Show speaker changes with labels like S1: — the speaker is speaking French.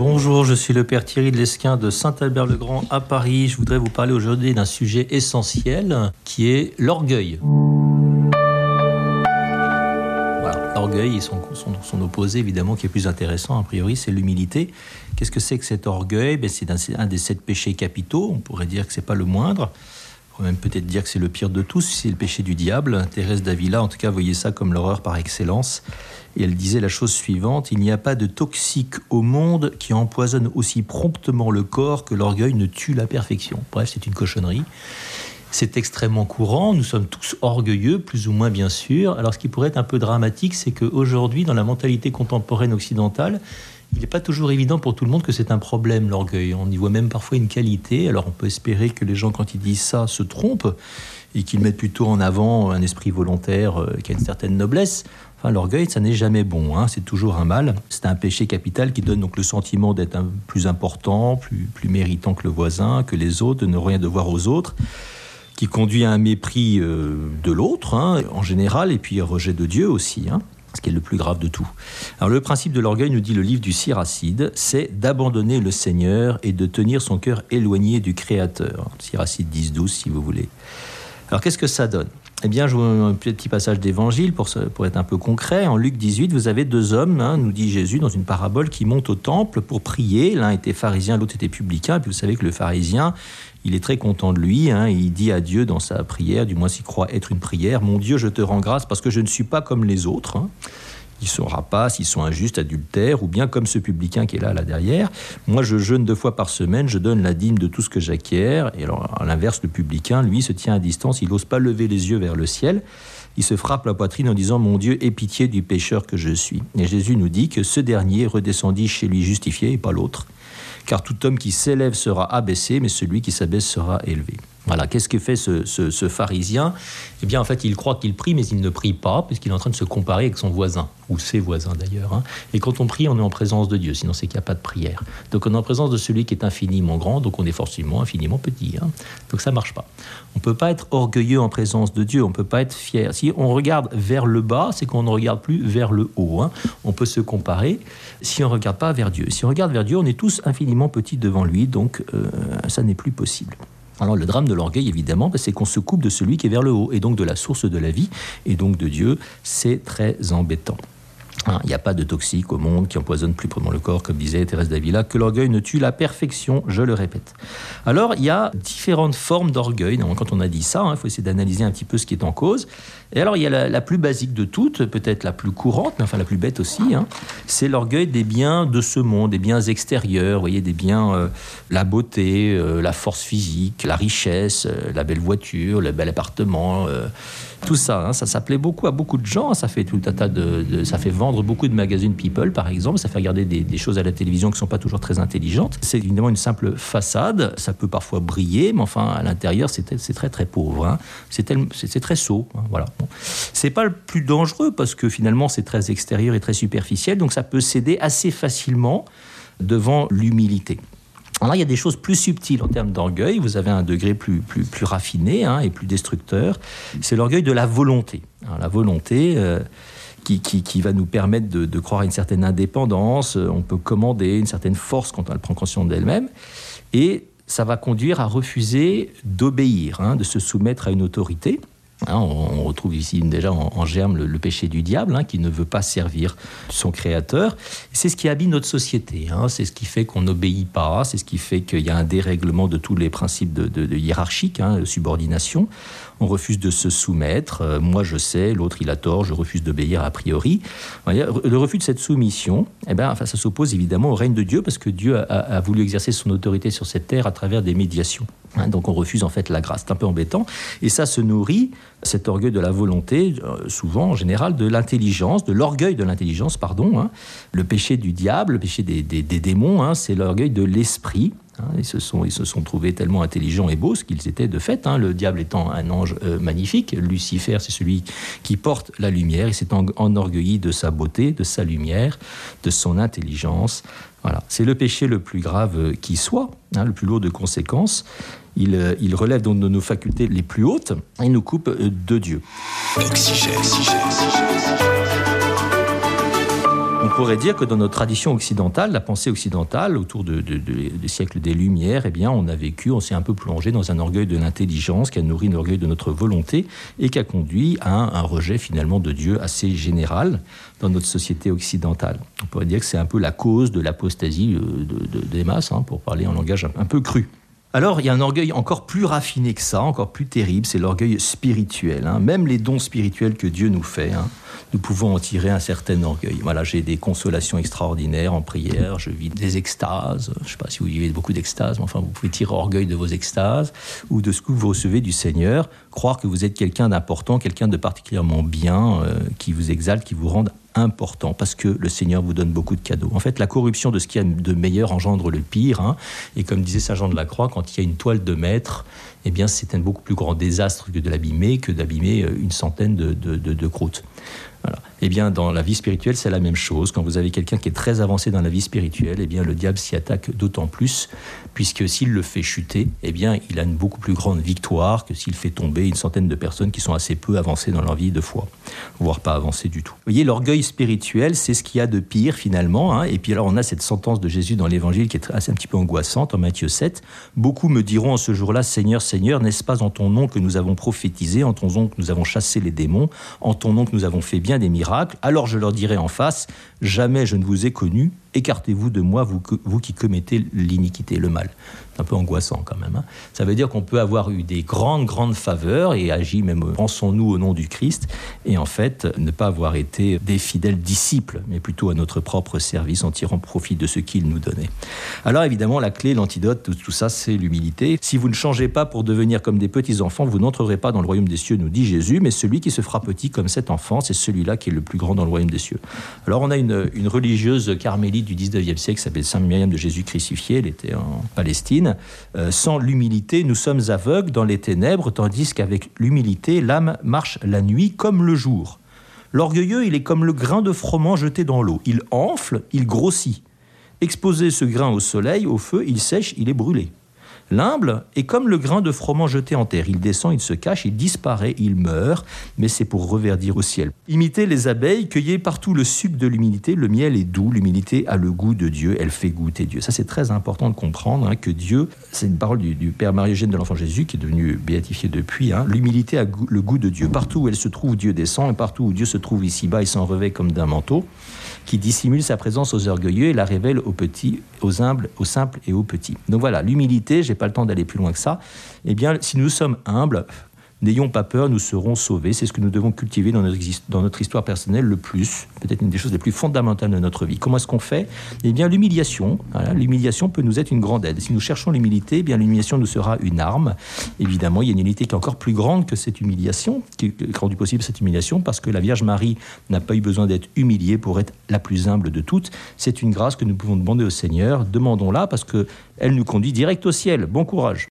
S1: Bonjour, je suis le père Thierry de Lesquin de Saint-Albert-le-Grand à Paris. Je voudrais vous parler aujourd'hui d'un sujet essentiel qui est l'orgueil. Voilà, l'orgueil et son opposé, évidemment, qui est plus intéressant, a priori, c'est l'humilité. Qu'est-ce que c'est que cet orgueil ? C'est un des 7 péchés capitaux. On pourrait dire que ce n'est pas le moindre. On pourrait même peut-être dire que c'est le pire de tous, c'est le péché du diable. Thérèse d'Avila, en tout cas, voyait ça comme l'horreur par excellence. Et elle disait la chose suivante: il n'y a pas de toxique au monde qui empoisonne aussi promptement le corps que l'orgueil ne tue la perfection. Bref, c'est une cochonnerie. C'est extrêmement courant, nous sommes tous orgueilleux, plus ou moins bien sûr. Alors ce qui pourrait être un peu dramatique, c'est qu'aujourd'hui, dans la mentalité contemporaine occidentale, il n'est pas toujours évident pour tout le monde que c'est un problème, l'orgueil. On y voit même parfois une qualité. Alors on peut espérer que les gens, quand ils disent ça, se trompent et qu'ils mettent plutôt en avant un esprit volontaire qui a une certaine noblesse. Enfin, l'orgueil, ça n'est jamais bon, hein. C'est toujours un mal. C'est un péché capital qui donne donc le sentiment d'être plus important, plus méritant que le voisin, que les autres, de ne rien devoir aux autres, qui conduit à un mépris de l'autre, hein, en général, et puis un rejet de Dieu aussi, hein, ce qui est le plus grave de tout. Alors le principe de l'orgueil, nous dit le livre du Siracide, c'est d'abandonner le Seigneur et de tenir son cœur éloigné du Créateur. Siracide 10-12, si vous voulez. Alors qu'est-ce que ça donne ? Eh bien, je vous donne un petit passage d'évangile pour être un peu concret. En Luc 18, vous avez 2 hommes, hein, nous dit Jésus, dans une parabole, qui montent au temple pour prier. L'un était pharisien, l'autre était publicain. Et puis vous savez que le pharisien, il est très content de lui, hein, il dit à Dieu dans sa prière, du moins s'il croit être une prière: « Mon Dieu, je te rends grâce parce que je ne suis pas comme les autres. Hein. » Ils sont rapaces, ils sont injustes, adultères, ou bien comme ce publicain qui est là derrière. Moi, je jeûne 2 fois par semaine, je donne la dîme de tout ce que j'acquiers. Et alors, à l'inverse, le publicain, lui, se tient à distance, il n'ose pas lever les yeux vers le ciel. Il se frappe la poitrine en disant: « Mon Dieu, aie pitié du pécheur que je suis. » Et Jésus nous dit que ce dernier redescendit chez lui justifié et pas l'autre. Car tout homme qui s'élève sera abaissé, mais celui qui s'abaisse sera élevé. Voilà, qu'est-ce que fait ce pharisien ? Eh bien, en fait, il croit qu'il prie, mais il ne prie pas, puisqu'il est en train de se comparer avec son voisin, ou ses voisins d'ailleurs. Hein. Et quand on prie, on est en présence de Dieu, sinon c'est qu'il n'y a pas de prière. Donc on est en présence de celui qui est infiniment grand, donc on est forcément infiniment petit. Hein. Donc ça ne marche pas. On ne peut pas être orgueilleux en présence de Dieu, on ne peut pas être fier. Si on regarde vers le bas, c'est qu'on ne regarde plus vers le haut. Hein. On peut se comparer si on ne regarde pas vers Dieu. Si on regarde vers Dieu, on est tous infiniment petits devant lui, donc ça n'est plus possible. Alors le drame de l'orgueil, évidemment, c'est qu'on se coupe de celui qui est vers le haut, et donc de la source de la vie, et donc de Dieu. C'est très embêtant. Il n'y a pas de toxique au monde qui empoisonne plus proprement le corps, comme disait Thérèse d'Avila, que l'orgueil ne tue la perfection, je le répète. Alors, il y a différentes formes d'orgueil. Donc, quand on a dit ça, il faut essayer d'analyser un petit peu ce qui est en cause. Et alors, il y a la plus basique de toutes, peut-être la plus courante, mais enfin la plus bête aussi, hein, c'est l'orgueil des biens de ce monde, des biens extérieurs, vous voyez, des biens, la beauté, la force physique, la richesse, la belle voiture, le bel appartement, tout ça, hein, ça plaît beaucoup à beaucoup de gens. Ça fait tout un tas ça fait vendre beaucoup de magazines People, par exemple. Ça fait regarder des choses à la télévision qui ne sont pas toujours très intelligentes. C'est évidemment une simple façade. Ça peut parfois briller, mais enfin, à l'intérieur, c'est très, très pauvre. Hein. C'est très sot. Hein, voilà. Bon. C'est pas le plus dangereux parce que finalement, c'est très extérieur et très superficiel. Donc, ça peut céder assez facilement devant l'humilité. Alors là, il y a des choses plus subtiles en termes d'orgueil. Vous avez un degré plus raffiné, hein, et plus destructeur. C'est l'orgueil de la volonté. Alors, la volonté qui va nous permettre de croire à une certaine indépendance. On peut commander une certaine force quand elle prend conscience d'elle-même. Et ça va conduire à refuser d'obéir, hein, de se soumettre à une autorité. Hein, on retrouve ici déjà en germe le péché du diable, hein, qui ne veut pas servir son créateur. C'est ce qui habille notre société, hein, c'est ce qui fait qu'on n'obéit pas, c'est ce qui fait qu'il y a un dérèglement de tous les principes de hiérarchique, hein, de subordination. On refuse de se soumettre, moi je sais, l'autre il a tort, je refuse d'obéir a priori. Le refus de cette soumission, ça s'oppose évidemment au règne de Dieu, parce que Dieu a voulu exercer son autorité sur cette terre à travers des médiations. Hein, donc on refuse en fait la grâce, c'est un peu embêtant. Et ça se nourrit, cet orgueil de la volonté, souvent en général de l'intelligence, de l'orgueil de l'intelligence, pardon. Hein. Le péché du diable, le péché des démons, hein, c'est l'orgueil de l'esprit. Hein, ils se sont trouvés tellement intelligents et beaux, ce qu'ils étaient de fait, hein, le diable étant un ange magnifique. Lucifer, c'est celui qui porte la lumière. Il s'est enorgueilli de sa beauté, de sa lumière, de son intelligence. Voilà. C'est le péché le plus grave qui soit, hein, le plus lourd de conséquences. Il relève donc de nos facultés les plus hautes et nous coupe de Dieu. On pourrait dire que dans notre tradition occidentale, la pensée occidentale, autour des siècles des Lumières, eh bien, on s'est un peu plongé dans un orgueil de l'intelligence qui a nourri l'orgueil de notre volonté et qui a conduit à un rejet finalement de Dieu assez général dans notre société occidentale. On pourrait dire que c'est un peu la cause de l'apostasie des masses, pour parler en langage un peu cru. Alors, il y a un orgueil encore plus raffiné que ça, encore plus terrible, c'est l'orgueil spirituel. Même les dons spirituels que Dieu nous fait, nous pouvons en tirer un certain orgueil. Voilà, j'ai des consolations extraordinaires en prière, je vis des extases. Je ne sais pas si vous vivez beaucoup d'extases, mais enfin, vous pouvez tirer orgueil de vos extases ou de ce que vous recevez du Seigneur, croire que vous êtes quelqu'un d'important, quelqu'un de particulièrement bien, qui vous exalte, qui vous rende important, parce que le Seigneur vous donne beaucoup de cadeaux. En fait, la corruption de ce qu'il y a de meilleur engendre le pire, et comme disait saint Jean de la Croix, quand il y a une toile de maître, eh bien, c'est un beaucoup plus grand désastre que d'abîmer une centaine de croûtes. Voilà. Eh bien, dans la vie spirituelle, c'est la même chose. Quand vous avez quelqu'un qui est très avancé dans la vie spirituelle, eh bien, le diable s'y attaque d'autant plus, puisque s'il le fait chuter, eh bien, il a une beaucoup plus grande victoire que s'il fait tomber une centaine de personnes qui sont assez peu avancées dans leur vie de foi, voire pas avancées du tout. Vous voyez, l'orgueil spirituel, c'est ce qu'il y a de pire, finalement. Et puis alors, on a cette sentence de Jésus dans l'Évangile qui est assez un petit peu angoissante, en Matthieu 7. « Beaucoup me diront en ce jour-là, Seigneur, Seigneur, n'est-ce pas en ton nom que nous avons prophétisé, en ton nom que nous avons chassé les démons, en ton nom que nous avons fait bien des miracles. Alors je leur dirai en face, jamais je ne vous ai connu, écartez-vous de moi, vous qui commettez l'iniquité, le mal. » C'est un peu angoissant quand même. Ça veut dire qu'on peut avoir eu des grandes faveurs et agi même, pensons-nous au nom du Christ, et en fait ne pas avoir été des fidèles disciples, mais plutôt à notre propre service en tirant profit de ce qu'il nous donnait. Alors évidemment, la clé, l'antidote de tout ça, c'est l'humilité. Si vous ne changez pas pour devenir comme des petits-enfants, vous n'entrerez pas dans le royaume des cieux, nous dit Jésus, mais celui qui se fera petit comme cet enfant, c'est celui-là qui est le plus grand dans le royaume des cieux. Alors on a une religieuse carmélite du 19e siècle qui s'appelle Sainte Myriam de Jésus crucifié, elle était en Palestine. Sans l'humilité, nous sommes aveugles dans les ténèbres, tandis qu'avec l'humilité, l'âme marche la nuit comme le jour. L'orgueilleux, il est comme le grain de froment jeté dans l'eau. Il enfle, il grossit. Exposer ce grain au soleil, au feu, il sèche, il est brûlé. L'humble est comme le grain de froment jeté en terre. Il descend, il se cache, il disparaît, il meurt, mais c'est pour reverdir au ciel. Imitez les abeilles, cueillez partout le sucre de l'humilité. Le miel est doux, l'humilité a le goût de Dieu, elle fait goûter Dieu. Ça, c'est très important de comprendre que Dieu, c'est une parole du Père Marie-Eugène de l'Enfant Jésus, qui est devenu béatifié depuis, l'humilité a le goût de Dieu. Partout où elle se trouve, Dieu descend, et partout où Dieu se trouve ici-bas, il s'en revêt comme d'un manteau, qui dissimule sa présence aux orgueilleux et la révèle aux petits, aux humbles, aux simples et aux petits. Donc voilà, l'humilité, j'ai pas le temps d'aller plus loin que ça. Eh bien, si nous sommes humbles, n'ayons pas peur, nous serons sauvés. C'est ce que nous devons cultiver dans notre histoire personnelle le plus, peut-être une des choses les plus fondamentales de notre vie. Comment est-ce qu'on fait ? Eh bien, l'humiliation. Voilà, l'humiliation peut nous être une grande aide. Si nous cherchons l'humilité, eh bien, l'humiliation nous sera une arme. Évidemment, il y a une humilité qui est encore plus grande que cette humiliation, qui a rendu possible cette humiliation, parce que la Vierge Marie n'a pas eu besoin d'être humiliée pour être la plus humble de toutes. C'est une grâce que nous pouvons demander au Seigneur. Demandons-la, parce qu'elle nous conduit direct au ciel. Bon courage.